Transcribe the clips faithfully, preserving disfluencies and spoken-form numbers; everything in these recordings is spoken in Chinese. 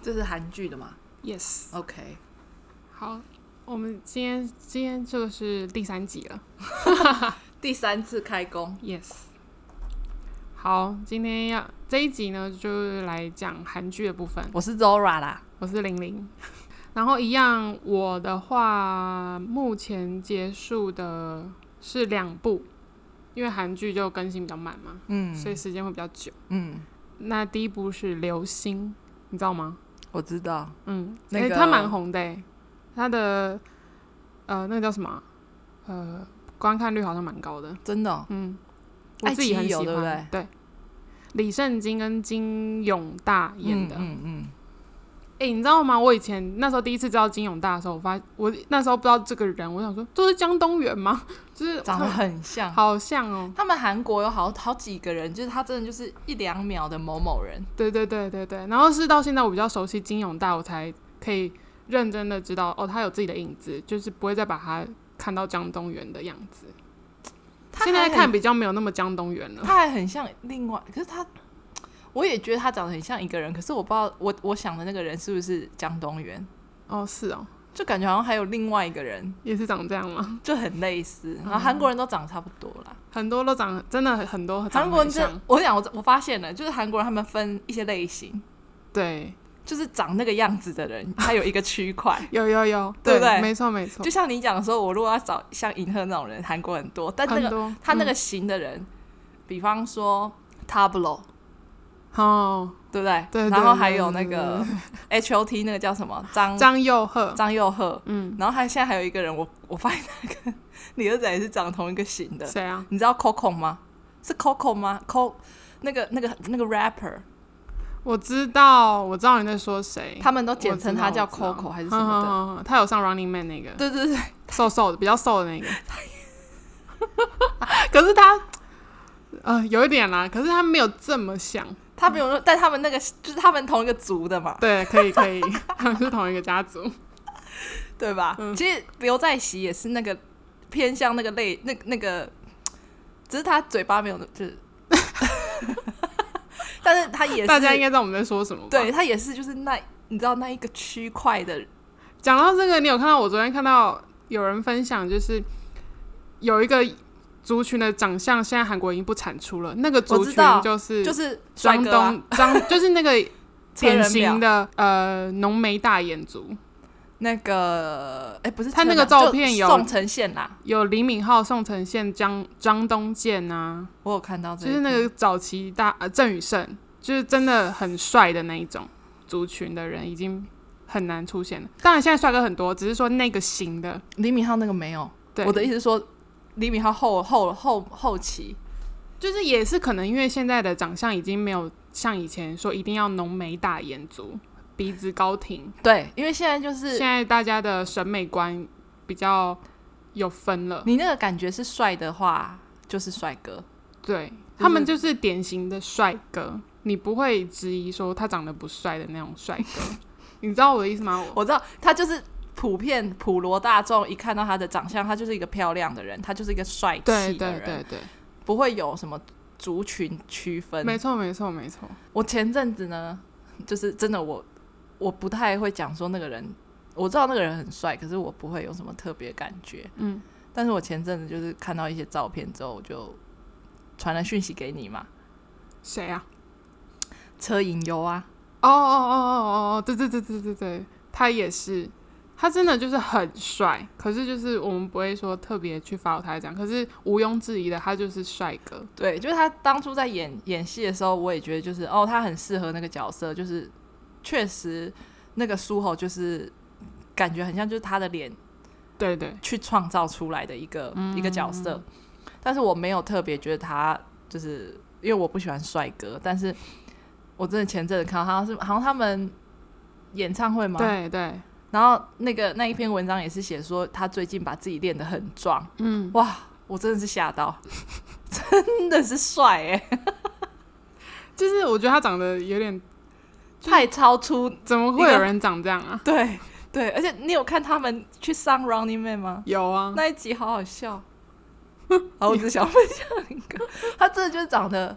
这是韩剧的吗 ？Yes。 OK， 好，我们今天今天这个是第三集了， 第三次开工。 Yes。好，今天要这一集呢，就是来讲韩剧的部分。 我是 Zora 啦， 我是玲玲。然后一样，我的话目前结束的是两部，因为韩剧就更新比较慢嘛，嗯，所以时间会比较久，嗯。那第一部是《流星》，你知道吗？ 我知道， 嗯，那个、欸、他蛮红的、欸，他的呃那个叫什么、啊？呃，观看率好像蛮高的， 真的、哦， 嗯，我自己很喜欢， 对不对？ 对，李圣经跟金永大演的，嗯嗯。嗯哎、欸，你知道吗？我以前那时候第一次知道金永大的时候，我发我那时候不知道这个人，我想说这是江东元吗？就是长得很像， 好像哦。 他们韩国有好好几个人，就是他真的就是一两秒的某某人。 对对对对对。然后是到现在我比较熟悉金永大，我才可以认真的知道哦，他有自己的影子，就是不会再把他看到江东元的样子。现在看比较没有那么江东元了。 他还很像另外，可是他。我也觉得他长得很像一个人，可是我不知道我我想的那个人是不是江东元？ 哦，是哦， 就感觉好像还有另外一个人也是长这样吗？ 就很类似，然后韩国人都长得差不多啦， 很多都长真的很多韩国人就我想我我发现了，就是韩国人他们分一些类型， 对， 就是长那个样子的人，他有一个区块， 有有有， 对不对？ 没错没错。 就像你讲的时候，我如果要找像银赫那种人，韩国很多，但那个他那个型的人，嗯、比方说 Tablo。 哦， 对不对？ 对， 然后还有那个 H O T 那个叫什么张张佑赫， 张佑赫，嗯，然后还现在还有一个人，我我发现那个你儿子也是长同一个型的， 谁啊？ 你知道 Coco 吗？是 Coco 吗 ？Co 那个那个那个 rapper， 我知道，我知道你在说谁， 他们都简称他叫 Coco 还是什么的？ 呵呵呵他有上 Running Man 那个， 对对对， 瘦瘦的，比较瘦的那个。可是他，呃，有一点啦，可是他没有这么像。 他没有，但他们那个就是他们同一个族的嘛。 对，可以可以，他们是同一个家族， 对吧？嗯、其实刘在熙也是那个偏向那个类，那那个，只是他嘴巴没有，就是，但是他也是， 大家应该知道我们在说什么吧？ 对，他也是，就是那你知道那一个区块的。 讲到这个，你有看到我昨天看到有人分享，就是有一个。族群的长相现在韩国已经不产出了，那个族群就是就是张东张，就是那个典型的呃浓眉大眼族。 那个哎、欸，不是他那个照片有宋承宪啦， 有李敏镐、宋承宪、张张东健啊， 我有看到这个， 就是那个早期大呃郑宇盛，就是真的很帅的那一种族群的人已经很难出现了。当然现在帅哥很多，只是说那个型的李敏镐那个没有。 对， 我的意思是说。李敏镐后后后后期， 就是也是可能因为现在的长相已经没有像以前说一定要浓眉大眼族、鼻子高挺。 对，因为现在就是现在大家的审美观比较有分了。 你那个感觉是帅的话，就是帅哥。 对、就是，他们就是典型的帅哥，你不会质疑说他长得不帅的那种帅哥。你知道我的意思吗？ 我知道，他就是。普遍普罗大众一看到他的长相，他就是一个漂亮的人，他就是一个帅气的人， 对对对对， 不会有什么族群区分。 没错没错没错。 我前阵子呢，就是真的我我不太会讲说那个人，我知道那个人很帅，可是我不会有什么特别感觉。嗯，但是我前阵子就是看到一些照片之后，我就传了讯息给你嘛。 谁啊？ 车银优啊。 哦哦哦哦哦，对对对对对对，他也是。他真的就是很帅，可是就是我们不会说特别去 follow 他这样，可是毋庸置疑的，他就是帅哥。 对，就是他当初在演演戏的时候，我也觉得就是哦，他很适合那个角色，就是确实那个苏侯就是感觉很像就是他的脸， 对对， 去创造出来的一个、嗯、一个角色。但是我没有特别觉得他就是因为我不喜欢帅哥，但是我真的前阵子看到好像是好像他们演唱会嘛， 对对。 然后那个那一篇文章也是写说他最近把自己练得很壮，嗯，哇，我真的是吓到，真的是帅哎、欸， 就是我觉得他长得有点太超出， 怎么会有人长这样啊？ 对对，而且你有看他们去上 Running Man 吗？ 有啊， 那一集好好笑。好，我只想分享一个，他真的就是长得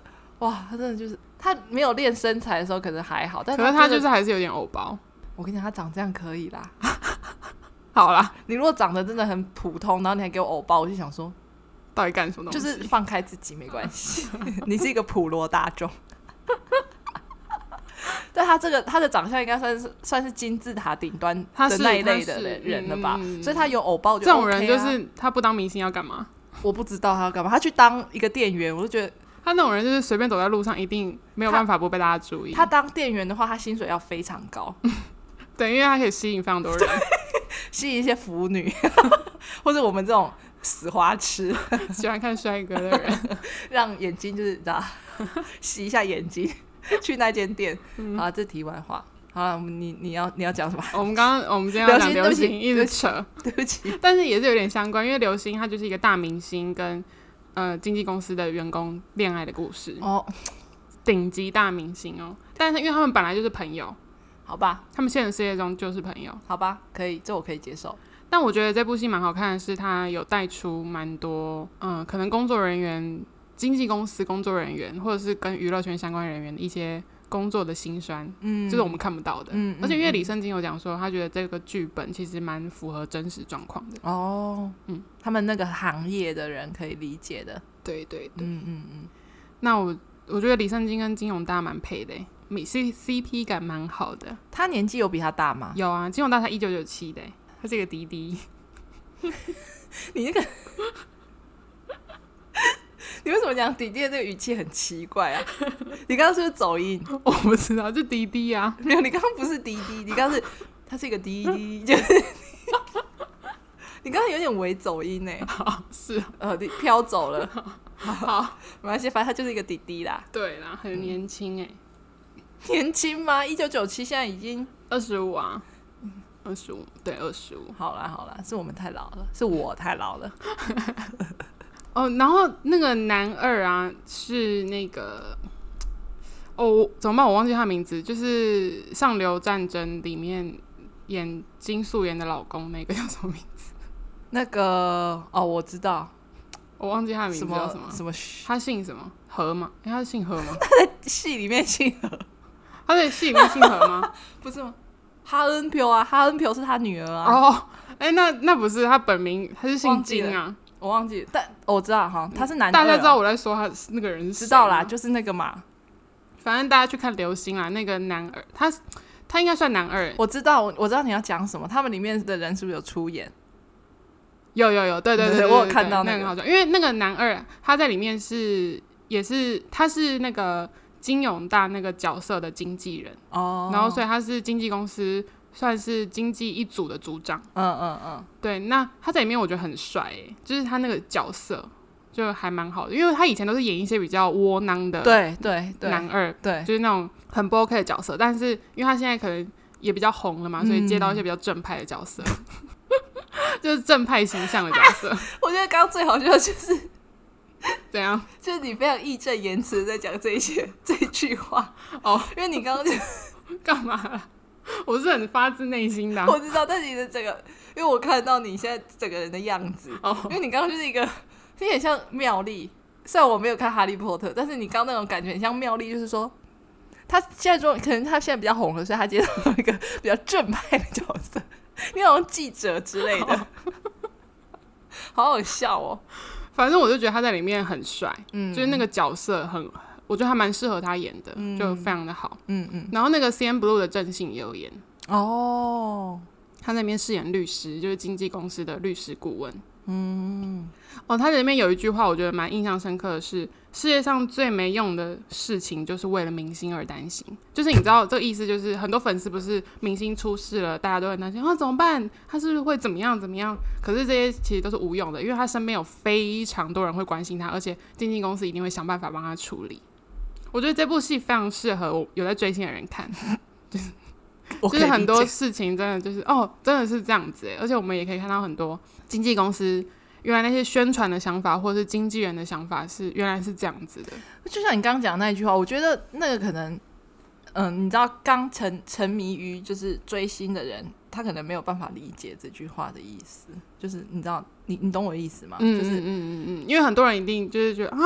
哇，他真的就是他没有练身材的时候可能还好，但可是他就是还是有点偶包。 我跟你讲，他长这样可以啦。 好啦， 你如果长得真的很普通，然后你还给我偶包，我就想说， 到底干什么东西？ 就是放开自己没关系，你是一个普罗大众。但他这个他的长相应该算是算是金字塔顶端的那一类的人了吧、嗯、所以他有偶包就、OK 啊、 这种人就是他不当明星要干嘛？ 我不知道他要干嘛，他去当一个店员，我就觉得他那种人就是随便走在路上一定没有办法不被大家注意。 他, 他当店员的话他薪水要非常高。 对，因为他可以吸引非常多人， 吸引一些腐女或者我们这种死花痴喜欢看帅哥的人让眼睛就是你知道洗一下眼睛去那间店、嗯、好，这题外话。好了，你你要你要讲什么？ 我们刚刚我们今天要讲流星，一直扯， 对不起， 但是也是有点相关，因为流星他就是一个大明星跟呃经纪公司的员工恋爱的故事哦，顶级大明星哦，但是因为他们本来就是朋友， 好吧， 他们现实世界中就是朋友， 好吧，可以，这我可以接受。 但我觉得这部戏蛮好看的是，它有带出蛮多嗯，可能工作人员、经纪公司工作人员，或者是跟娱乐圈相关人员的一些工作的辛酸，嗯，就是我们看不到的。嗯，而且因为李圣经有讲说，他觉得这个剧本其实蛮符合真实状况的。 哦，嗯，他们那个行业的人可以理解的。 对对对， 嗯嗯嗯。 那我我觉得李圣经跟金永大蛮配的， C P 感蛮好的。 他年纪有比他大吗？ 有啊，金永大才一九九七的，他是一个弟弟。 你那个你为什么讲弟弟的这个语气很奇怪啊？你刚刚是不是走音？ 我不知道，就弟弟啊。 没有，你刚刚不是弟弟，你刚刚是他是一个弟弟，就是你刚刚有点微走音呢。 好，是呃，飘走了。 好， 没关系，反正他就是一个弟弟啦。 对啦，很年轻哎、 嗯。年轻吗？一九九七，现在已经二十五啊。二十五，对，二十五。 好啦好啦，是我们太老了，是我太老了。 哦，然后那个男二啊，是那个哦，怎么办？我忘记他名字，就是《上流战争》里面演金素妍的老公，那个叫什么名字？ 那个哦，我知道， 我忘记他的名字叫什么？ 什么？ 他姓什么？何吗？欸、他是姓何吗？ 他在戏里面姓何？ 他在戏里面姓何吗？ 不是吗？哈恩飘啊，哈恩飘是他女儿啊。 哦，哎、欸，那那不是他本名，他是姓金啊。 我忘记了，但、哦、我知道哈，他是男的、 啊。大家知道我在说他那个人是谁？ 知道啦，就是那个嘛。 反正大家去看流星啦，那个男二，他他应该算男二。 我知道，我知道你要讲什么。他们里面的人是不是有出演？ 有有有，对对 对, 对, 对, 对, 对， 我有看到那个， 那个好像，因为那个男二他在里面是也是他是那个金永大那个角色的经纪人哦，然后所以他是经纪公司。算是经纪一组的组长， 嗯嗯嗯， 对，那他在里面我觉得很帅诶，就是他那个角色就还蛮好的，因为他以前都是演一些比较窝囊的， 对对对， 男二， 对， 就是那种很不 OK 的角色，但是因为他现在可能也比较红了嘛，所以接到一些比较正派的角色，嗯、就是正派形象的角色。 我觉得刚刚最好笑的就是怎样， 就是你非常义正言辞在讲这一些这一句话哦，因为你刚刚就干嘛了？我是很发自内心的、啊， 我知道，但是你的整个，因为我看到你现在整个人的样子，哦、因为你刚刚就是一个，有点像妙丽。虽然我没有看《哈利波特》，但是你刚刚那种感觉很像妙丽，就是说，他现在就可能他现在比较红了，所以他接到一个比较正派的角色，你好像记者之类的，哦、好好笑哦。 反正我就觉得他在里面很帅，嗯，就是那个角色很。我觉得还蛮适合他演的，嗯、就非常的好。嗯嗯。然后那个 C N Blue 的郑信也有演哦，他在那边饰演律师，就是经纪公司的律师顾问。嗯。哦，他在里面有一句话，我觉得蛮印象深刻的是：世界上最没用的事情，就是为了明星而担心。就是你知道这个意思，就是很多粉丝不是明星出事了，大家都很担心啊，怎么办？他是不是会怎么样怎么样？可是这些其实都是无用的，因为他身边有非常多人会关心他，而且经纪公司一定会想办法帮他处理。我觉得这部戏非常适合我有在追星的人看，就是就是很多事情真的就是哦，真的是这样子耶，而且我们也可以看到很多经纪公司原来那些宣传的想法，或者是经纪人的想法是原来是这样子的。 就像你刚刚讲的那一句话，我觉得那个可能，嗯，你知道刚沉沉迷于就是追星的人，他可能没有办法理解这句话的意思，就是你知道，你你懂我的意思吗？ 嗯就是嗯嗯嗯，因为很多人一定就是觉得啊，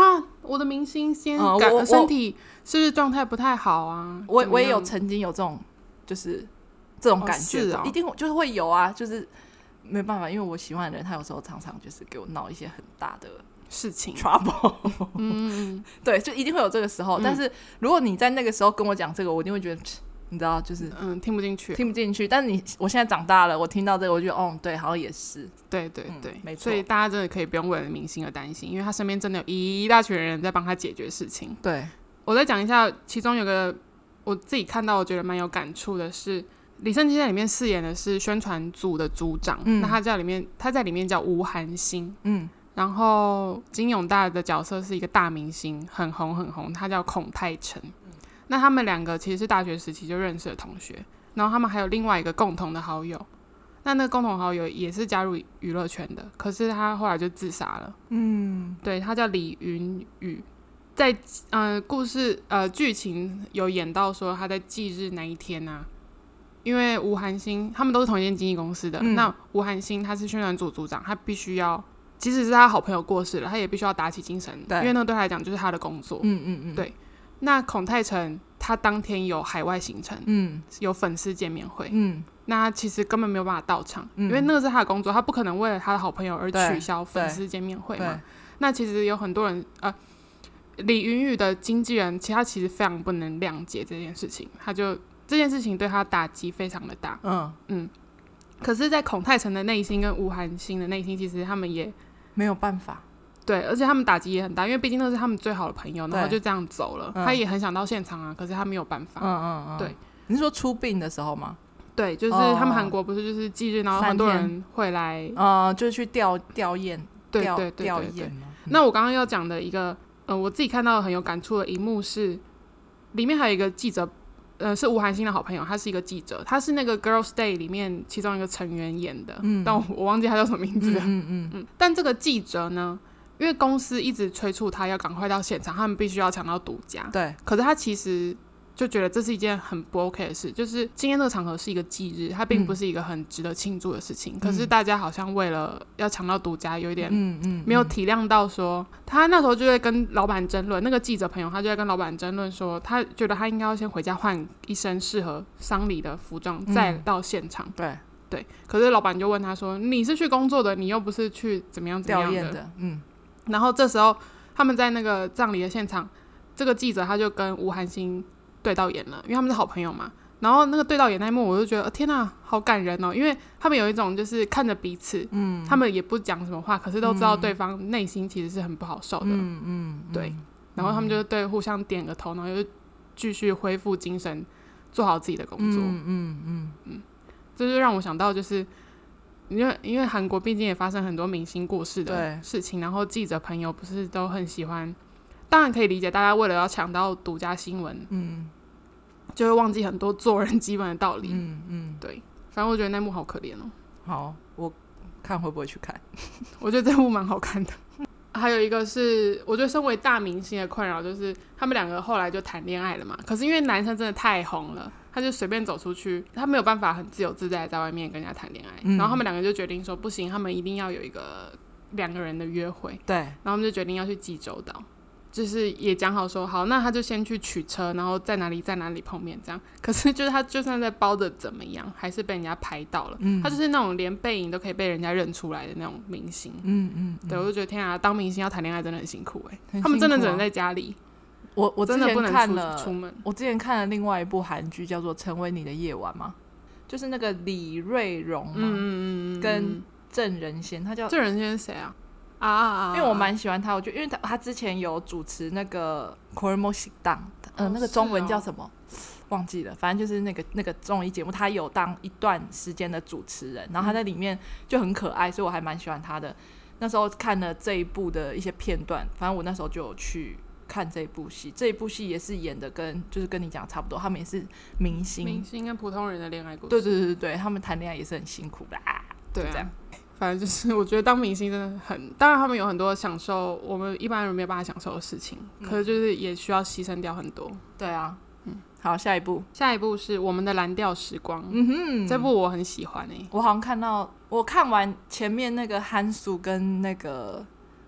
我的明星先感、嗯、身体是不是状态不太好啊？ 我我也有曾经有这种就是这种感觉、 哦哦、 一定就是会有啊，就是没办法，因为我喜欢的人他有时候常常就是给我闹一些很大的事情 trouble 嗯对，就一定会有这个时候、嗯、但是如果你在那个时候跟我讲这个，我一定会觉得你知道就是嗯听不进去听不进去，但是你我现在长大了，我听到这个我觉得哦对，好像也是对对对、嗯、 没错， 所以大家真的可以不用为了明星而担心，因为他身边真的有一大群人在帮他解决事情。 对， 我再讲一下，其中有个我自己看到我觉得蛮有感触的是，李圣经在里面饰演的是宣传组的组长、嗯、那他在里面他在里面叫吴涵欣，嗯，然后金永大的角色是一个大明星，很红很红，他叫孔泰成、嗯、那他们两个其实是大学时期就认识的同学，然后他们还有另外一个共同的好友，那那个共同好友也是加入娱乐圈的，可是他后来就自杀了，嗯，对，他叫李云宇，在呃故事呃剧情有演到说他在忌日那一天啊，因为吴涵欣他们都是同一间经纪公司的、嗯、那吴涵欣他是宣传组组长，他必须要即使是他好朋友过世了，他也必须要打起精神，因为那对他来讲就是他的工作，嗯嗯嗯，对。那孔泰成他当天有海外行程，嗯，有粉丝见面会，嗯，那他其实根本没有办法到场、嗯、因为那个是他的工作，他不可能为了他的好朋友而取消粉丝见面会嘛。那其实有很多人呃，李云宇的经纪人其实他其实非常不能谅解这件事情，他就这件事情对他打击非常的大，嗯嗯。可是在孔泰成的内心跟吴涵欣的内心，其实他们也没有办法， 对，而且他们打击也很大，因为毕竟那是他们最好的朋友，然后就这样走了、嗯、他也很想到现场啊，可是他没有办法，嗯嗯嗯，对。 你是说出殡的时候吗？ 对，就是他们韩国不是就是忌日，然后很多人会来呃，就是去吊吊唁， 对对对对对对。那我刚刚要讲的一个呃，我自己看到很有感触的一幕是，里面还有一个记者，呃，是吴涵欣的好朋友，他是一个记者，他是那个 Girls Day 里面其中一个成员演的，嗯，但我我忘记他叫什么名字了，嗯嗯嗯。但这个记者呢，因为公司一直催促他要赶快到现场，他们必须要抢到独家， 对。 可是他其实就觉得这是一件很不 OK 的事，就是今天这个场合是一个忌日，它并不是一个很值得庆祝的事情、嗯、可是大家好像为了要抢到独家有一点没有体谅到说、嗯嗯嗯、他那时候就会跟老板争论，那个记者朋友他就会跟老板争论说他觉得他应该要先回家换一身适合丧礼的服装、嗯、再到现场， 对对。可是老板就问他说你是去工作的，你又不是去怎么样怎么样 的, 的嗯。 然后这时候他们在那个葬礼的现场，这个记者他就跟吴涵欣对到眼了，因为他们是好朋友嘛。然后那个对到眼那一幕，我就觉得、呃、天哪，好感人哦！因为他们有一种就是看着彼此，嗯，他们也不讲什么话，可是都知道对方内心其实是很不好受的，嗯嗯，对。然后他们就对互相点个头，然后就继续恢复精神，做好自己的工作，嗯嗯嗯嗯。这就让我想到，就是因为因为韩国毕竟也发生很多明星过世的事情，然后记者朋友不是都很喜欢。当然可以理解，大家为了要抢到独家新闻，嗯，就会忘记很多做人基本的道理，嗯嗯，对。反正我觉得那幕好可怜哦。 好，我看会不会去看。 我觉得这幕蛮好看的。还有一个是，我觉得身为大明星的困扰就是他们两个后来就谈恋爱了嘛。可是因为男生真的太红了，他就随便走出去，他没有办法很自由自在在外面跟人家谈恋爱、嗯。然后他们两个就决定说，不行，他们一定要有一个两个人的约会。 对。 然后他们就决定要去济州岛。就是也讲好说好，那他就先去取车，然后在哪里在哪里碰面这样。可是就是他就算在包的怎么样，还是被人家拍到了、嗯、他就是那种连背影都可以被人家认出来的那种明星。嗯嗯, 嗯，对，我就觉得天啊，当明星要谈恋爱真的很辛苦哎、欸啊，他们真的只能在家里。 我我之前看了， 出门。 我之前看了另外一部韩剧叫做《成为你的夜晚》嘛，就是那个李瑞荣嘛，嗯嗯嗯，跟郑仁贤，他叫郑仁贤是谁啊？啊啊啊！ 因为我蛮喜欢他，我觉得因为他他之前有主持那个《Kormo 식당》，呃，那个中文叫什么、哦、忘记了，反正就是那个那个综艺节目，他有当一段时间的主持人，然后他在里面就很可爱，所以我还蛮喜欢他的。那时候看了这一部的一些片段，反正我那时候就有去看这一部戏，这一部戏也是演的跟就是跟你讲差不多，他们也是明星， 明星跟普通人的恋爱故事。 对对对对，他们谈恋爱也是很辛苦的、啊， 对啊， 这样。 反正就是我觉得当明星真的很，当然他们有很多享受我们一般人没有办法享受的事情、嗯、可是就是也需要牺牲掉很多。 对啊，嗯，好，下一部下一部是我们的蓝调时光。嗯哼，这部我很喜欢诶、欸， 我好像看到我看完前面那个韩素跟那个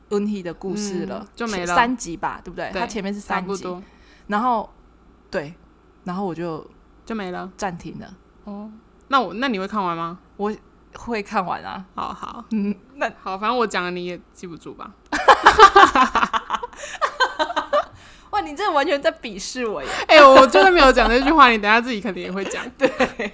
温熙的故事了、嗯， 就没了三集吧，对不对？ 对， 它前面是三集，然后对，然后我就就没了， 暂停了。 哦，那我那你会看完吗？ 我会看完啊。 好好， 嗯，那好，反正我讲了你也记不住吧？ 哇，你这完全在鄙视我耶！ 哎、欸，我就算没有讲这句话，你等一下自己肯定也会讲。 对。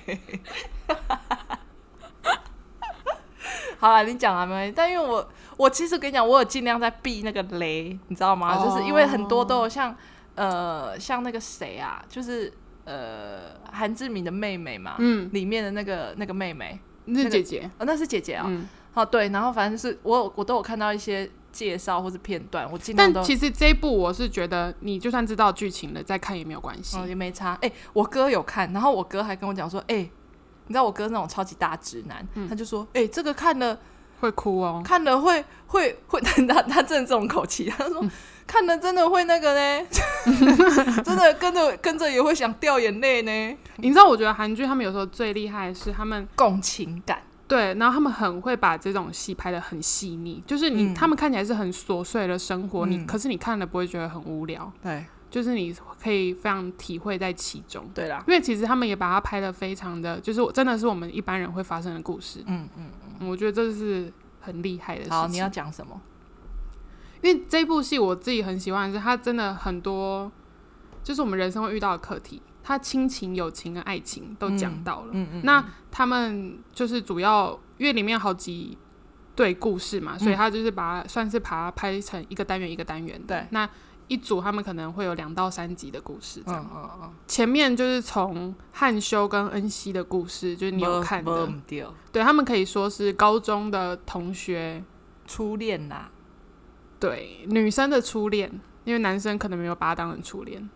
好啦，你讲啊，没关系。但因为我我其实跟你讲，我有尽量在避那个雷，你知道吗？ Oh. 就是因为很多都有像呃像那个谁啊，就是呃韩志明的妹妹嘛，嗯，里面的那个那个妹妹， 那是姐姐， 那個哦、那是姐姐啊、喔。 嗯， 好，对，然后反正是我我都有看到一些介绍或是片段，我尽量都。 但其实这一部我是觉得，你就算知道剧情了，再看也没有关系、 哦，也没差。哎、欸，我哥有看，然后我哥还跟我讲说，哎、欸。你知道我哥那种超级大直男、嗯、他就说哎、欸，这个看了会哭哦， 看了会会会他他真的这种口气，他说、嗯、看了真的会那个呢真的跟着跟着也会想掉眼泪呢。 你知道我觉得韩剧他们有时候最厉害的是他们共情感， 对，然后他们很会把这种戏拍得很细腻，就是你、嗯、他们看起来是很琐碎的生活、嗯、你可是你看了不会觉得很无聊，对，就是你可以非常体会在其中。 对啦， 因为其实他们也把它拍得非常的，就是真的是我们一般人会发生的故事。嗯嗯嗯，我觉得这是很厉害的事情。 好，你要讲什么？ 因为这部戏我自己很喜欢的是，它真的很多，就是我们人生会遇到的课题，它亲情、友情跟爱情都讲到了。嗯 嗯, 嗯，那他们就是主要，因为里面有好几对故事嘛，所以他就是把它算是把它拍成一个单元一个单元的。对，那一组他们可能会有两到三集的故事这样、嗯嗯嗯、前面就是从汉修跟恩熙的故事，就是你有看的，对，他们可以说是高中的同学初恋啦， 对，女生的初恋，因为男生可能没有把他当成初恋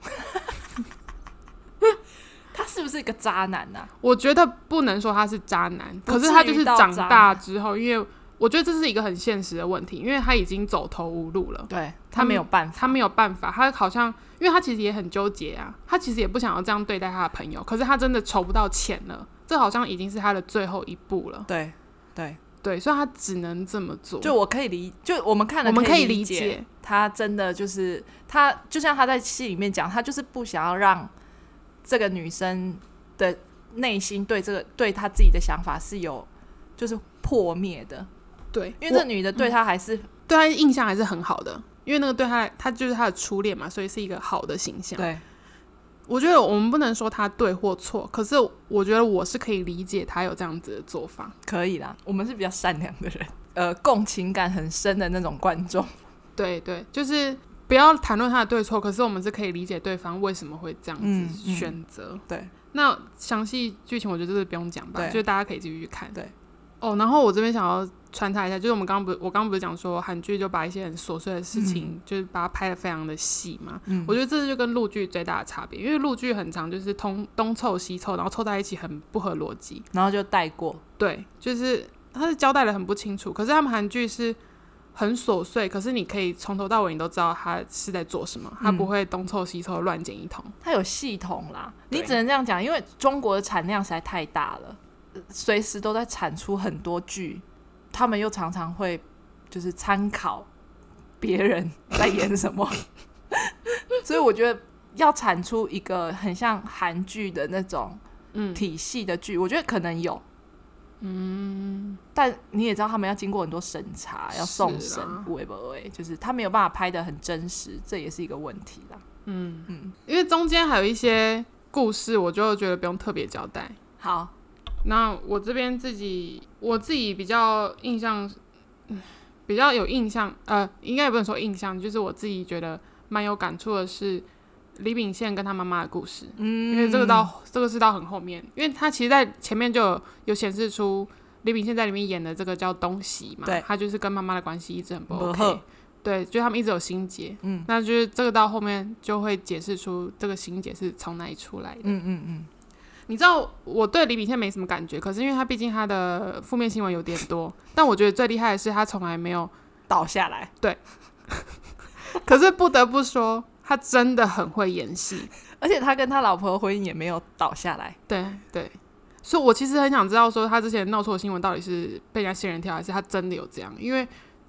他是不是一个渣男啊？ 我觉得不能说他是渣男，可是他就是长大之后，因为我觉得这是一个很现实的问题，因为他已经走投无路了， 对，他没有办法， 他没有办法，他好像，因为他其实也很纠结啊，他其实也不想要这样对待他的朋友，可是他真的筹不到钱了，这好像已经是他的最后一步了， 对对对，所以他只能这么做。 就我可以理，就我们看了我们可以理解， 他真的就是他，就像他在戏里面讲，他就是不想要让这个女生的内心对这个对他自己的想法是有就是破灭的。对，因为这女的对他还是、嗯、 对他印象还是很好的，因为那个对他他就是他的初恋嘛，所以是一个好的形象。 对， 我觉得我们不能说他对或错，可是我觉得我是可以理解他有这样子的做法。 可以啦，我们是比较善良的人，呃，共情感很深的那种观众。 对对，就是不要谈论他的对错，可是我们是可以理解对方为什么会这样子选择、嗯嗯。对，那详细剧情我觉得这是不用讲吧，就是大家可以继续去看。对。哦，然后我这边想要穿插一下，就是我们刚刚不是我刚刚不是讲说韩剧就把一些很琐碎的事情、嗯、就是把它拍得非常的细嘛、嗯、我觉得这就跟陆剧最大的差别，因为陆剧很常就是通东凑西凑，然后凑在一起很不合逻辑， 然后就带过， 对，就是它是交代得很不清楚，可是他们韩剧是很琐碎，可是你可以从头到尾你都知道他是在做什么，他不会东凑西凑乱剪一通， 他有系统啦，你只能这样讲，因为中国的产量实在太大了，随时都在产出很多剧，他们又常常会就是参考别人在演什么所以我觉得要产出一个很像韩剧的那种体系的剧、嗯、我觉得可能有，嗯，但你也知道他们要经过很多审查，要送审，会不会就是他没有办法拍得很真实，这也是一个问题啦。 嗯嗯，因为中间还有一些故事我就觉得不用特别交代。 好， 那我这边自己我自己比较印象比较有印象，呃，应该也不能说印象，就是我自己觉得蛮有感触的是李秉宪跟他妈妈的故事，嗯，因为这个到这个是到很后面，因为他其实在前面就有有显示出李秉宪在里面演的这个叫东西嘛，对，他就是跟妈妈的关系一直很不 OK， 对，就他们一直有心结，嗯，那就是这个到后面就会解释出这个心结是从哪里出来的，嗯嗯嗯。你知道我对李秉宪没什么感觉，可是因为他毕竟他的负面新闻有点多，但我觉得最厉害的是他从来没有倒下来， 对可是不得不说他真的很会演戏， 而且他跟他老婆的婚姻也没有倒下来， 对对，所以我其实很想知道说他之前闹错的新闻到底是被人家仙人跳还是他真的有这样，因为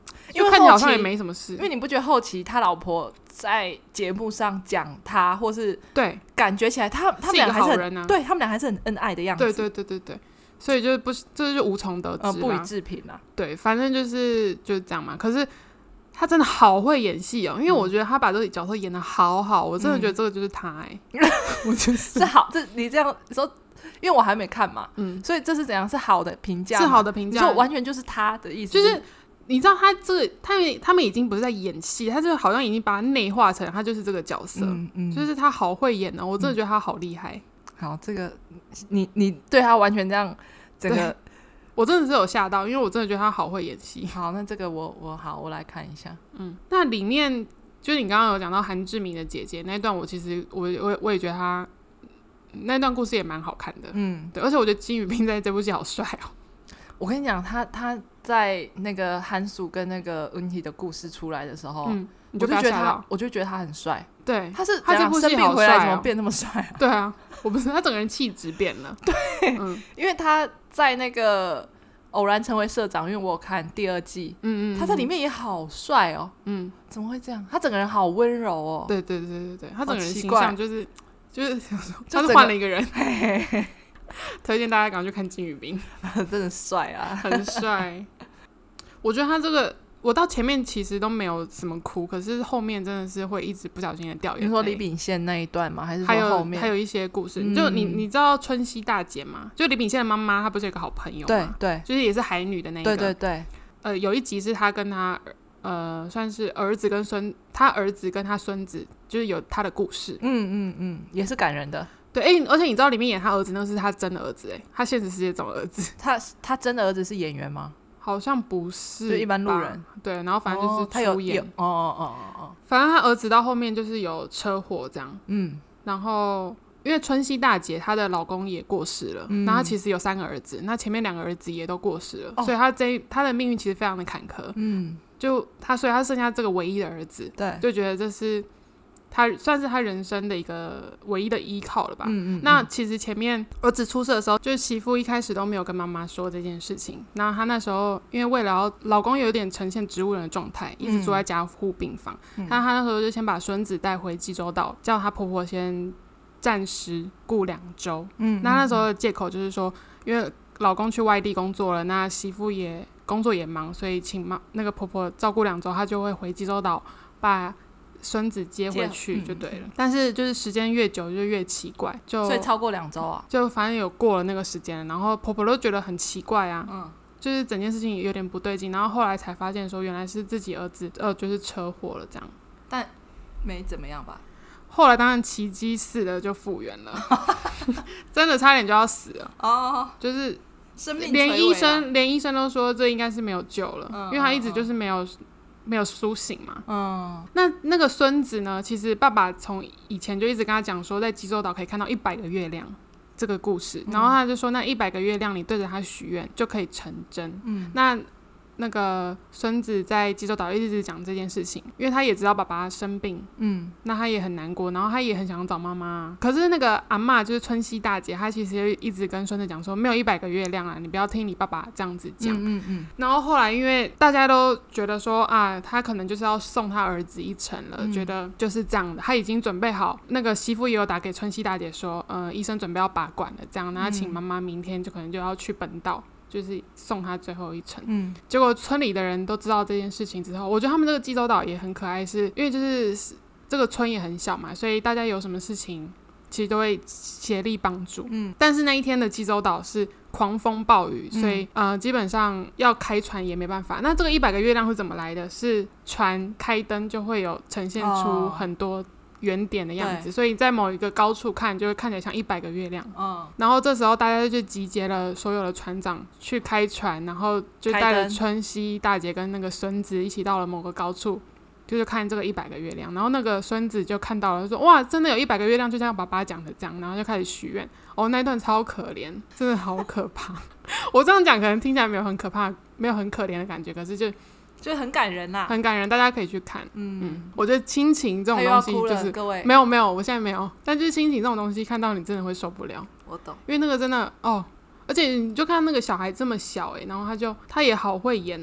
因为看起来好像也没什么事。 因为你不觉得后期他老婆在节目上讲他，或是对， 感觉起来他他们俩还是很、 啊、 对他们俩还是很恩爱的样子。 对对对对对，所以就不这就无从得知、呃、 不予置评啊。 对，反正就是就是这样嘛。可是他真的好会演戏哦，因为我觉得他把这个角色演得好好，我真的觉得这个就是他哎、欸，嗯、我就是是好，这你这样说，因为我还没看嘛，嗯，所以这是怎样是好的评价， 是好的评价， 你说完全就是他的意思， 就是你知道他这个他们他们已经不是在演戏，他就好像已经把它内化成他就是这个角色，嗯嗯，就是他好会演哦，我真的觉得他好厉害。 好，这个你你对他完全这样整个。 我真的是有吓到，因为我真的觉得他好会演戏。 好，那这个我我好，我来看一下。 嗯，那里面就是你刚刚有讲到韩志明的姐姐那一段，我其实我我我也觉得他那段故事也蛮好看的。嗯，对，而且我觉得金宇彬在这部戏好帅哦。 我跟你讲，他他在那个韩暑跟那个文体的故事出来的时候，嗯， 你就我就觉得他，我就觉得他很帅。 对， 他是他这部戏好回来怎么变那么帅啊？ 对啊，我不是他整个人气质变了。 对，嗯，因为他在那个偶然成为社长，因为我有看第二季，嗯 嗯, 嗯，他在里面也好帅哦。嗯，怎么会这样？他整个人好温柔哦。 对对对对对，他整个人形象就是就是他是换了一个人。嘿嘿嘿，推荐大家赶快去看金宇彬， 真的帅啊， 很帅。我觉得他这个。我到前面其实都没有什么哭，可是后面真的是会一直不小心的掉眼泪。 你说李秉宪那一段吗？还是说后面还有还有一些故事？嗯、就你你知道春熙大姐吗？就李秉宪的妈妈，她不是有一个好朋友吗？ 对对， 就是也是海女的那一个。 对对对。 呃，有一集是他跟他呃，算是儿子跟孙，他儿子跟他孙子，就是有他的故事。 嗯嗯嗯，也是感人的。 对，哎、欸，而且你知道里面演他儿子那是他真的儿子、欸，哎，他现实世界中的儿子。 他他真的儿子是演员吗？ 好像不是， 就一般路人。 对，然后反正就是出演。 哦哦哦哦， 反正他儿子到后面就是有车祸这样。嗯，然后因为春熙大姐她的老公也过世了，嗯、然后她其实有三个儿子，那前面两个儿子也都过世了，哦、所以她这她的命运其实非常的坎坷。嗯，就她，所以她剩下这个唯一的儿子，对，就觉得这是。他算是他人生的一个唯一的依靠了吧。嗯嗯嗯，那其实前面儿子出事的时候，就是媳妇一开始都没有跟妈妈说这件事情。那他那时候因为为了要老公有点呈现植物人的状态，一直住在加护病房。嗯、那他那时候就先把孙子带回济州岛，叫他婆婆先暂时顾两周。嗯, 嗯, 嗯，那那时候的借口就是说，因为老公去外地工作了，那媳妇也工作也忙，所以请妈那个婆婆照顾两周，他就会回济州岛把孙子接回去就对了。嗯、但是就是时间越久就越奇怪，就所以超过两周啊， 就反正有过了那个时间，然后婆婆都觉得很奇怪啊，嗯，就是整件事情有点不对劲，然后后来才发现说原来是自己儿子呃就是车祸了这样， 但没怎么样吧。 后来当然奇迹似的就复原了，真的差点就要死了哦，就是生命连医生连医生都说这应该是没有救了，嗯、因为他一直就是没有。没有苏醒嘛，嗯，那那个孙子呢？其实爸爸从以前就一直跟他讲说，在济州岛可以看到一百个月亮这个故事，嗯、然后他就说，那一百个月亮你对着他许愿就可以成真。嗯，那那个孙子在济州岛一直讲这件事情，因为他也知道爸爸生病，嗯，那他也很难过，然后他也很想找妈妈。可是那个阿嬷就是春熙大姐，她其实就一直跟孙子讲说，没有一百个月亮啊，你不要听你爸爸这样子讲。嗯嗯嗯。然后后来因为大家都觉得说啊，他可能就是要送他儿子一程了，嗯、觉得就是这样的，他已经准备好。那个媳妇也有打给春熙大姐说，呃，医生准备要拔管了，这样，然后请妈妈明天就可能就要去本岛。就是送他最后一程，嗯，结果村里的人都知道这件事情之后，我觉得他们这个济州岛也很可爱是，是因为就是这个村也很小嘛，所以大家有什么事情其实都会协力帮助，嗯，但是那一天的济州岛是狂风暴雨，所以、嗯、呃基本上要开船也没办法。那这个一百个月亮是怎么来的？是船开灯就会有呈现出很多。圆点的样子，所以在某一个高处看就会看起来像一百个月亮、嗯、然后这时候大家就集结了所有的船长去开船，然后就带着春熙大姐跟那个孙子一起到了某个高处，就是看这个一百个月亮。然后那个孙子就看到了，就说哇真的有一百个月亮，就像爸爸讲的这样，然后就开始许愿。哦，那一段超可怜，真的好可怕我这样讲可能听起来没有很可怕，没有很可怜的感觉，可是就就很感人啦、啊， 很感人，大家可以去看。嗯嗯，我觉得亲情这种东西就是各位没有没有，我现在没有，但就是亲情这种东西，看到你真的会受不了。 我懂， 因为那个真的哦，而且你就看那个小孩这么小哎、欸，然后他就他也好会演哦，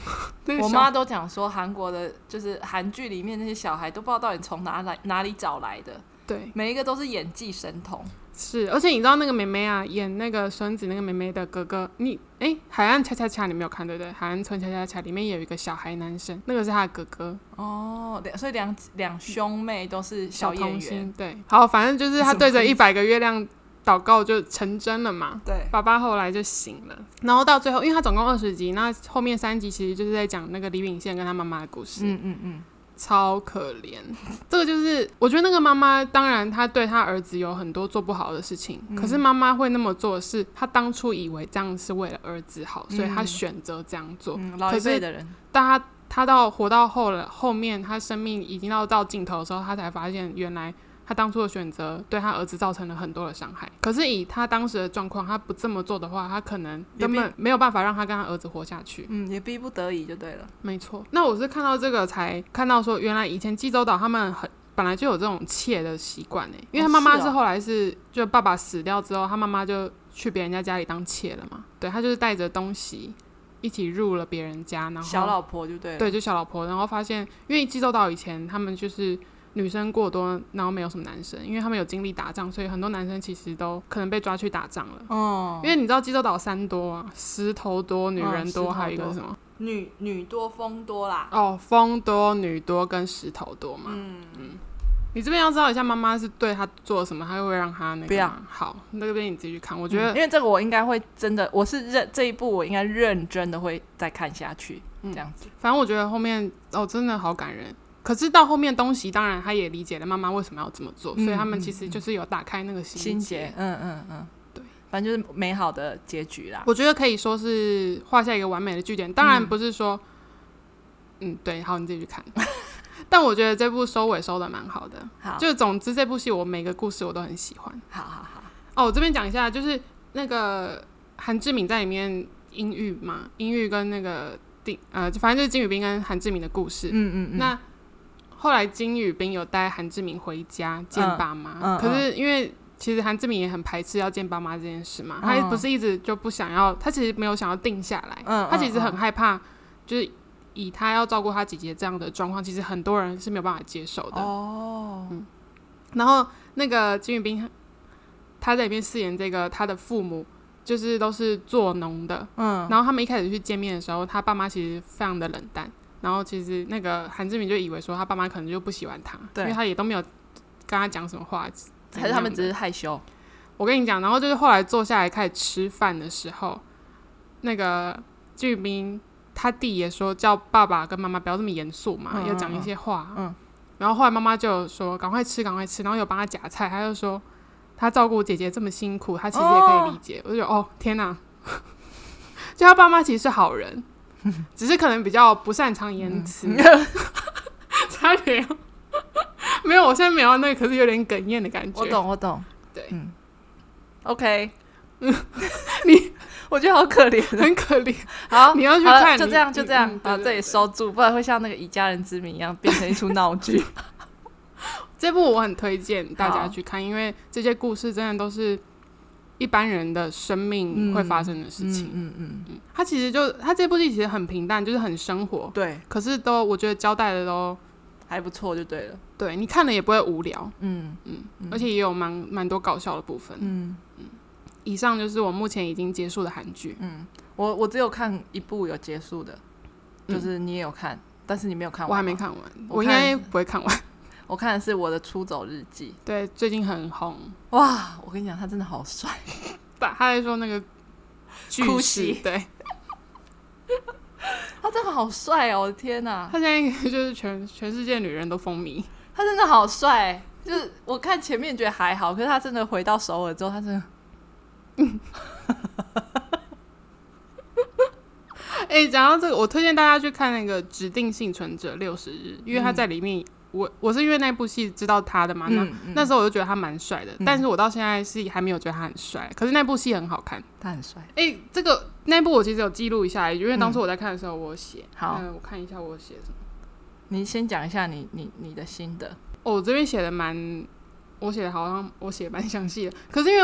我妈都讲说韩国的就是韩剧里面那些小孩都不知道到底从哪来哪里找来的， 对， 每一个都是演技神童。 是，而且你知道那个妹妹啊，演那个孙子那个妹妹的哥哥，你哎、欸，海岸恰恰恰你没有看对不对？海岸村恰恰恰里面也有一个小孩男生，那个是他的哥哥。 哦，所以两两兄妹都是小演员。 对，好，反正就是他对着一百个月亮祷告就成真了嘛。 对， 爸爸后来就醒了，然后到最后，因为他总共二十集，那后面三集其实就是在讲那个李秉宪跟他妈妈的故事。 嗯嗯嗯。 超可怜，这个就是我觉得那个妈妈，当然她对她儿子有很多做不好的事情，嗯、可是妈妈会那么做的是，她当初以为这样是为了儿子好，嗯、所以她选择这样做。 嗯、老一辈的人， 但她她到活到后了后面，她生命已经到到尽头的时候，她才发现原来他当初的选择对他儿子造成了很多的伤害。可是以他当时的状况，他不这么做的话，他可能根本没有办法让他跟他儿子活下去。 嗯，也逼不得已就对了。 没错。那我是看到这个才看到说，原来以前济州岛他们很本来就有这种窃的习惯诶，因为他妈妈是后来是、哦、就爸爸死掉之后，他妈妈就去别人家家里当妾了嘛。对，他就是带着东西一起入了别人家，然后小老婆就对了。 对，就小老婆，然后发现因为济州岛以前他们就是女生过多，然后没有什么男生，因为他们有经历打仗，所以很多男生其实都可能被抓去打仗了。哦，因为你知道济州岛三多啊，石头多、女人多，哦、还有一个什么女女多风多啦。 哦，风多、女多跟石头多嘛。嗯嗯。你这边要知道一下，妈妈是对他做了什么，他会让他那个。 不要。 好，那边你自己去看。我觉得、 嗯，因为这个我应该会真的，我是认这一部我应该认真的会再看下去，嗯、这样子。 反正我觉得后面哦，真的好感人。可是到后面东西，当然他也理解了妈妈为什么要这么做，嗯、所以他们其实就是有打开那个心结。 嗯嗯嗯，对，反正就是美好的结局啦。 我觉得可以说是画下一个完美的句点。当然不是说，嗯，嗯对，好，你自己去看。但我觉得这部收尾收的蛮好的。好，就总之这部戏我每个故事我都很喜欢。 好好好。 哦，我这边讲一下，就是那个韩志敏在里面音域嘛，音域跟那个丁呃，反正就是金宇彬跟韩志敏的故事。嗯嗯嗯。那后来金宇彬有带韩志敏回家见爸妈，嗯嗯、可是因为其实韩志敏也很排斥要见爸妈这件事嘛，嗯、他不是一直就不想要，他其实没有想要定下来，嗯、他其实很害怕，就是以他要照顾他姐姐这样的状况，其实很多人是没有办法接受的。哦，嗯，然后那个金宇彬他在里面饰演这个他的父母。就是都是做农的，嗯，然后他们一开始去见面的时候，他爸妈其实非常的冷淡。然后其实那个韩志敏就以为说他爸妈可能就不喜欢他，因为他也都没有跟他讲什么话， 还是他们只是害羞。 我跟你讲，然后就是后来坐下来开始吃饭的时候，那个金宇彬他弟也说叫爸爸跟妈妈不要这么严肃嘛，嗯、要讲一些话。嗯，然后后来妈妈就说赶快吃，赶快吃，然后有帮他夹菜，他就说他照顾姐姐这么辛苦，他其实也可以理解。哦、我就觉得哦天哪，就他爸妈其实是好人。只是可能比较不擅长言辞，嗯、差点没有，我现在没有那个，可是有点哽咽的感觉。 我懂，我懂， 对， 嗯 ，OK， 嗯，你我觉得好可怜， 很可怜。 好， 你要去看， 就这样，就这样，好，这里收住，不然会像那个以家人之名一样变成一出闹剧。 这部我很推荐大家去看，因为这些故事真的都是一般人的生命会发生的事情。嗯嗯嗯嗯，他其实就他这部戏其实很平淡，就是很生活。 对， 可是都我觉得交代的都还不错，就对了。 对，你看了也不会无聊。嗯嗯，而且也有蛮蛮多搞笑的部分。嗯嗯，以上就是我目前已经结束的韩剧。 嗯，我我只有看一部有结束的，就是你也有看，但是你没有看完。 我还没看完，我应该不会看完。 我看的是我的出走日记， 对，最近很红。 哇，我跟你讲，他真的好帅。 他在说那个哭戏， 对， 他真的好帅哦！我的天哪， 他现在就是全全世界女人都风靡。 他真的好帅，就是我看前面觉得还好，可是他真的回到首尔之后，他真的，嗯， 哎、欸，讲到这个，我推荐大家去看那个《指定幸存者六十日》，因为他在里面。嗯我我是因为那部戏知道他的嘛，嗯、那、嗯、那时候我就觉得他蛮帅的、嗯，但是我到现在是还没有觉得他很帅。可是那部戏很好看， 他很帅。 哎、欸，这个那部我其实有记录一下来，因为当初我在看的时候我有写、嗯。 好、 呃，我看一下我写什么。 你先讲一下你你你的心得。 哦，我这边写的蛮，我写的好像我写的蛮详细的。可是因为我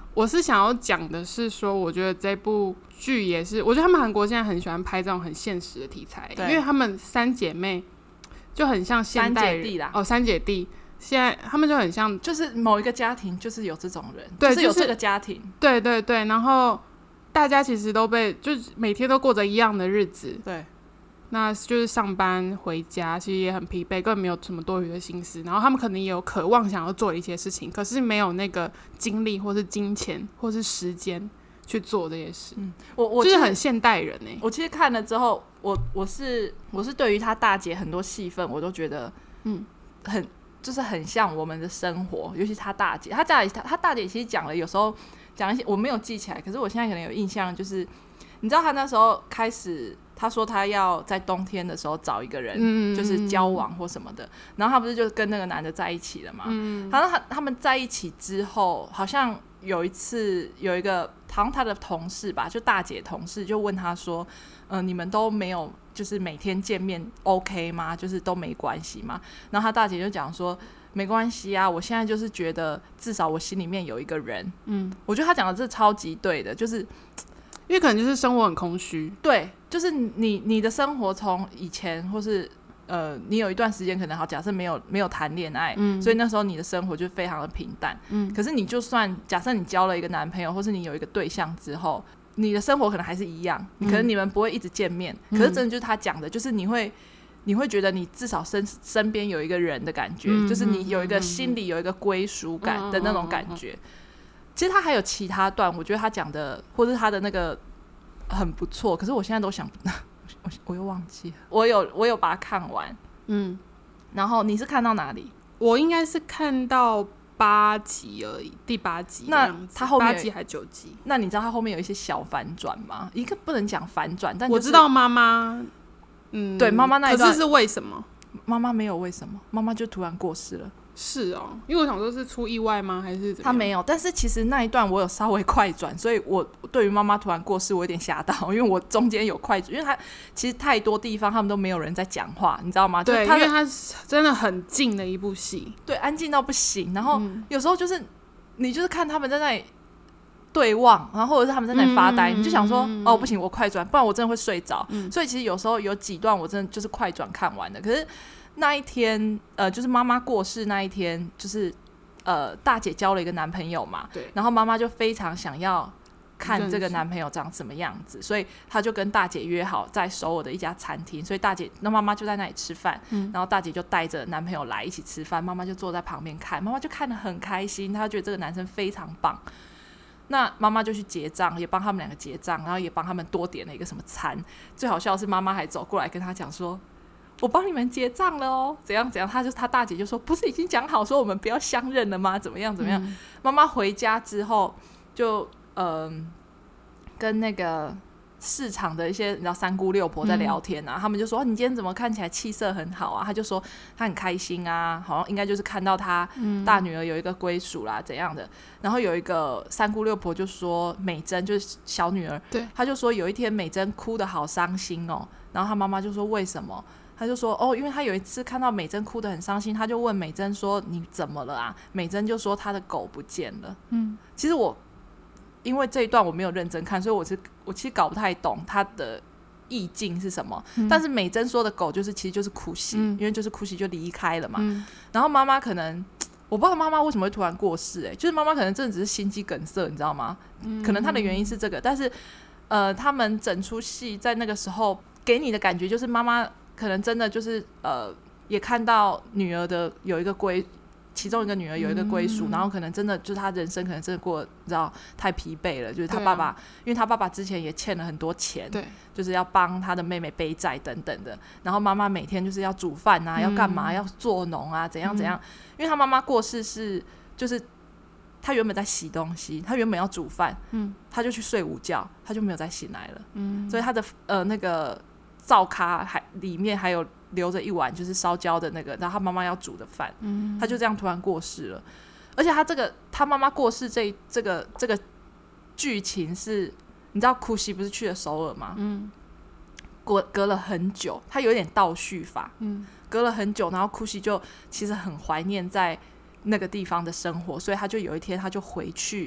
我是想要讲的是说，我觉得这部剧也是，我觉得他们韩国现在很喜欢拍这种很现实的题材，因为他们三姐妹就很像现代人， 三姐弟啦， 哦，三姐弟，现在他们就很像， 就是某一个家庭就是有这种人， 对， 就是有这个家庭， 对对对，然后大家其实都被，就是每天都过着一样的日子， 对。 那就是上班回家，其实也很疲惫，根本没有什么多余的心思。然后他们可能也有渴望想要做的一些事情，可是没有那个精力，或是金钱，或是时间去做这些事。嗯， 我我就是很现代人哎、欸。 我其实看了之后，我我是我是对于他大姐很多戏份，我都觉得嗯很就是很像我们的生活，尤其他大姐，他大姐他他大姐其实讲了，有时候讲一些我没有记起来，可是我现在可能有印象，就是你知道他那时候开始。他说他要在冬天的时候找一个人，嗯、就是交往或什么的，然后他不是就跟那个男的在一起了嘛？嗯，好像他他们在一起之后，好像有一次有一个，好像他的同事吧，就大姐同事就问他说：“嗯、呃，你们都没有就是每天见面 OK 吗？就是都没关系吗？”然后他大姐就讲说：“没关系啊，我现在就是觉得至少我心里面有一个人。”嗯，我觉得他讲的这超级对的，就是。 因为可能就是生活很空虚， 对，就是你你的生活从以前或是呃，你有一段时间可能好，假设没有没有谈恋爱、嗯，所以那时候你的生活就非常的平淡。嗯，可是你就算假设你交了一个男朋友，或是你有一个对象之后，你的生活可能还是一样，嗯、可能你们不会一直见面。嗯、可是真的就是他讲的，就是你会你会觉得你至少身身边有一个人的感觉、嗯，就是你有一个心里有一个归属感的那种感觉。嗯嗯嗯嗯其实他还有其他段，我觉得他讲的或是他的那个很不错，可是我现在都想我, 我又忘记了，我有我有把它看完，嗯，然后你是看到哪里？ 我应该是看到八集而已，第八集的样子， 那他后面八集还九集？ 那你知道他后面有一些小反转吗？一个不能讲反转，但、就是、 我知道妈妈，嗯， 对妈妈那一段， 可是是为什么？ 妈妈没有为什么，妈妈就突然过世了。 是哦，因为我想说是出意外吗？还是怎么样？ 他没有，但是其实那一段我有稍微快转，所以我对于妈妈突然过世我有点吓到，因为我中间有快转，因为他其实太多地方他们都没有人在讲话，你知道吗？ 对， 就是、 因为他真的很静的一部戏， 对，安静到不行。然后有时候就是、嗯、你就是看他们在那里对望，然后或者是他们在那里发呆，嗯、你就想说、嗯、哦不行，我快转，不然我真的会睡着、嗯。所以其实有时候有几段我真的就是快转看完的，可是。那一天，呃，就是妈妈过世那一天，就是呃，大姐交了一个男朋友嘛，对，然后妈妈就非常想要看这个男朋友长什么样子，所以她就跟大姐约好在首尔的一家餐厅，所以大姐那妈妈就在那里吃饭、嗯，然后大姐就带着男朋友来一起吃饭，妈妈就坐在旁边看，妈妈就看得很开心，她觉得这个男生非常棒。那妈妈就去结账，也帮他们两个结账，然后也帮他们多点了一个什么餐。最好笑的是，妈妈还走过来跟他讲说。我帮你们结账了哦，怎样怎样？他就他大姐就说，不是已经讲好说我们不要相认了吗？怎么样怎么样？妈、嗯、妈回家之后就嗯、呃、跟那个市场的一些你知道三姑六婆在聊天啊，嗯、他们就说、哦、你今天怎么看起来气色很好啊？他就说他很开心啊，好像应该就是看到他大女儿有一个归属啦、嗯、怎样的。然后有一个三姑六婆就说美珍就是小女儿，对，他就说有一天美珍哭得好伤心哦，然后他妈妈就说为什么？他就说哦，因为他有一次看到美珍哭得很伤心，他就问美珍说你怎么了啊？美珍就说他的狗不见了。嗯，其实我因为这一段我没有认真看，所以我是我其实搞不太懂他的意境是什么。嗯、但是美珍说的狗就是其实就是哭喜、嗯，因为就是哭喜就离开了嘛。嗯、然后妈妈可能我不知道妈妈为什么会突然过世、欸，哎，就是妈妈可能真的只是心肌梗塞，你知道吗？嗯、可能她的原因是这个，但是呃，他们整出戏在那个时候给你的感觉就是妈妈。可能真的就是呃，也看到女儿的有一个归，其中一个女儿有一个归属、嗯，然后可能真的就是她人生可能真的过得你知道太疲惫了，就是她爸爸、啊，因为她爸爸之前也欠了很多钱，对，就是要帮她的妹妹背债等等的，然后妈妈每天就是要煮饭啊，嗯、要干嘛，要做农啊，怎样怎样，嗯、因为她妈妈过世是就是她原本在洗东西，她原本要煮饭，嗯，她就去睡午觉，她就没有再醒来了，嗯，所以她的呃那个。灶咖还里面还有留着一碗就是烧焦的那个，然后他妈妈要煮的饭，嗯，他就这样突然过世了。而且他这个他妈妈过世这这个这个剧情是，你知道哭西不是去了首尔吗？嗯，隔隔了很久，他有点倒叙法，嗯，隔了很久，然后哭西就其实很怀念在那个地方的生活，所以他就有一天他就回去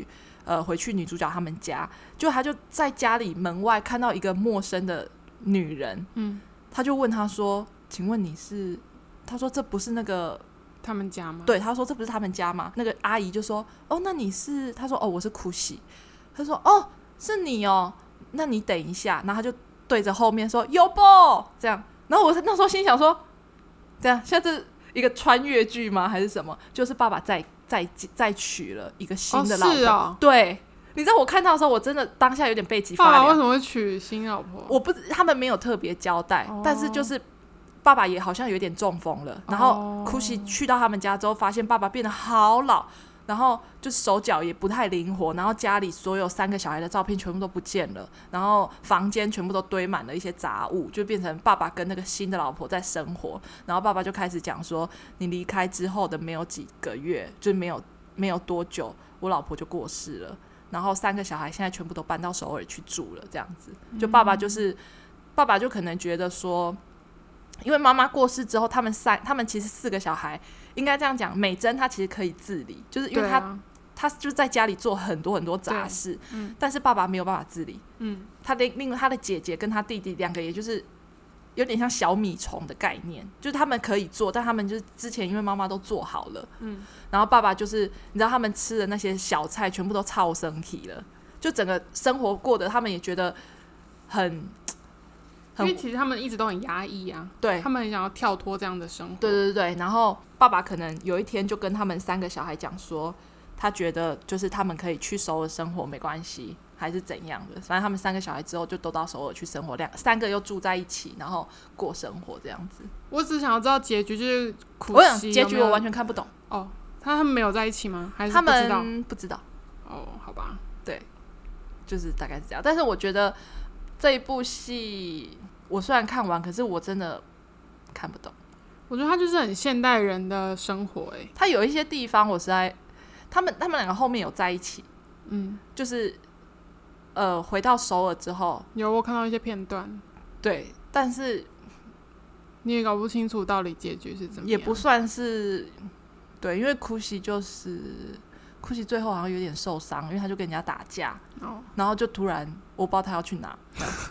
呃回去女主角他们家，就他就在家里门外看到一个陌生的女人，嗯，他就问他说：“请问你是？”他说：“这不是那个他们家吗？” 对，他说：“这不是他们家吗？”那个阿姨就说：“哦，那你是？”他说：“哦，我是库西。”他说：“哦，是你哦，那你等一下。”然后他就对着后面说：“有不？”这样，然后我那时候心想说：“这样，现在这一个穿越剧吗？还是什么？就是爸爸再再再娶了一个新的老婆。”哦，是哦，对。你知道我看到的时候，我真的当下有点背脊发凉。 爸爸为什么会娶新老婆？ 我不，他们没有特别交代，哦，但是就是爸爸也好像有点中风了。然后库西去到他们家之后，发现爸爸变得好老，然后就手脚也不太灵活，然后家里所有三个小孩的照片全部都不见了，然后房间全部都堆满了一些杂物，就变成爸爸跟那个新的老婆在生活。然后爸爸就开始讲说：“你离开之后的没有几个月，就没有没有多久，我老婆就过世了。”然后三个小孩现在全部都搬到首尔去住了，这样子。就爸爸就是、嗯、爸爸就可能觉得说，因为妈妈过世之后，他们三他们其实四个小孩，应该这样讲，美珍她其实可以自理，就是因为她、啊、她就在家里做很多很多杂事，嗯、但是爸爸没有办法自理。嗯，他的另外他的姐姐跟他弟弟两个，也就是有点像小米虫的概念，就是他们可以做，但他们就是之前因为妈妈都做好了，嗯，然后爸爸就是你知道他们吃的那些小菜全部都超身体了，就整个生活过得他们也觉得很， 很因为其实他们一直都很压抑啊， 对， 他们很想要跳脱这样的生活， 对对对，然后爸爸可能有一天就跟他们三个小孩讲说，他觉得就是他们可以去首尔生活没关系。还是怎样的，反正他们三个小孩之后就都到首尔去生活，两三个又住在一起，然后过生活这样子。 我只想要知道结局，就是苦西结局我完全看不懂。 哦，他们没有在一起吗？还是不知道？ 他们不知道。 哦，好吧， 对，就是大概是这样。但是我觉得这一部戏，我虽然看完，可是我真的看不懂。 我觉得他就是很现代人的生活、欸，哎， 他有一些地方我实在，他们他们两个后面有在一起，嗯，就是。呃，回到首尔之后， 有我看到一些片段， 对，但是你也搞不清楚到底结局是怎么样， 也不算是对，因为库西就是库西最后好像有点受伤，因为他就跟人家打架，哦、然后就突然我不知道他要去哪，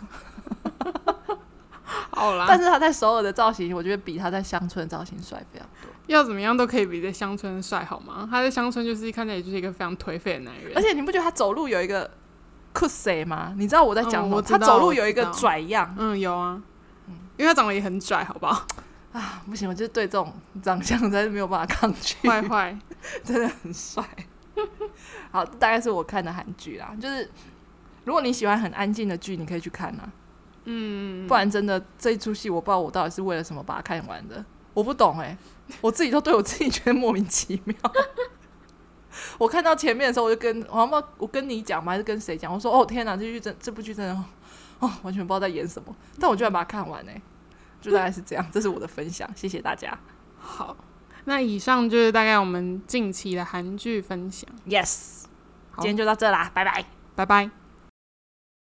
好啦， 但是他在首尔的造型，我觉得比他在乡村的造型帅非常多。 要怎么样都可以比在乡村帅好吗？他在乡村就是看起来就是一个非常颓废的男人， 而且你不觉得他走路有一个酷谁吗？你知道我在讲什么、嗯？他走路有一个拽样。 嗯，有啊，嗯，因为他长得也很拽，好不好？ 啊，不行，我就是对这种长相真是没有办法抗拒。 坏坏， 真的很帅。好，大概是我看的韩剧啦。就是如果你喜欢很安静的剧，你可以去看啊。嗯，不然真的这一出戏，我不知道我到底是为了什么把它看完的。我不懂哎、欸，我自己都对我自己觉得莫名其妙。我看到前面的时候，我就跟我不知道我跟你讲吗？还是跟谁讲？我说：“哦天哪，这剧真这部剧真的哦，完全不知道在演什么。”但我居然把它看完哎、欸，就大概是这样。这是我的分享，谢谢大家。 好，那以上就是大概我们近期的韩剧分享。 Yes， 今天就到这啦，拜拜， 拜拜。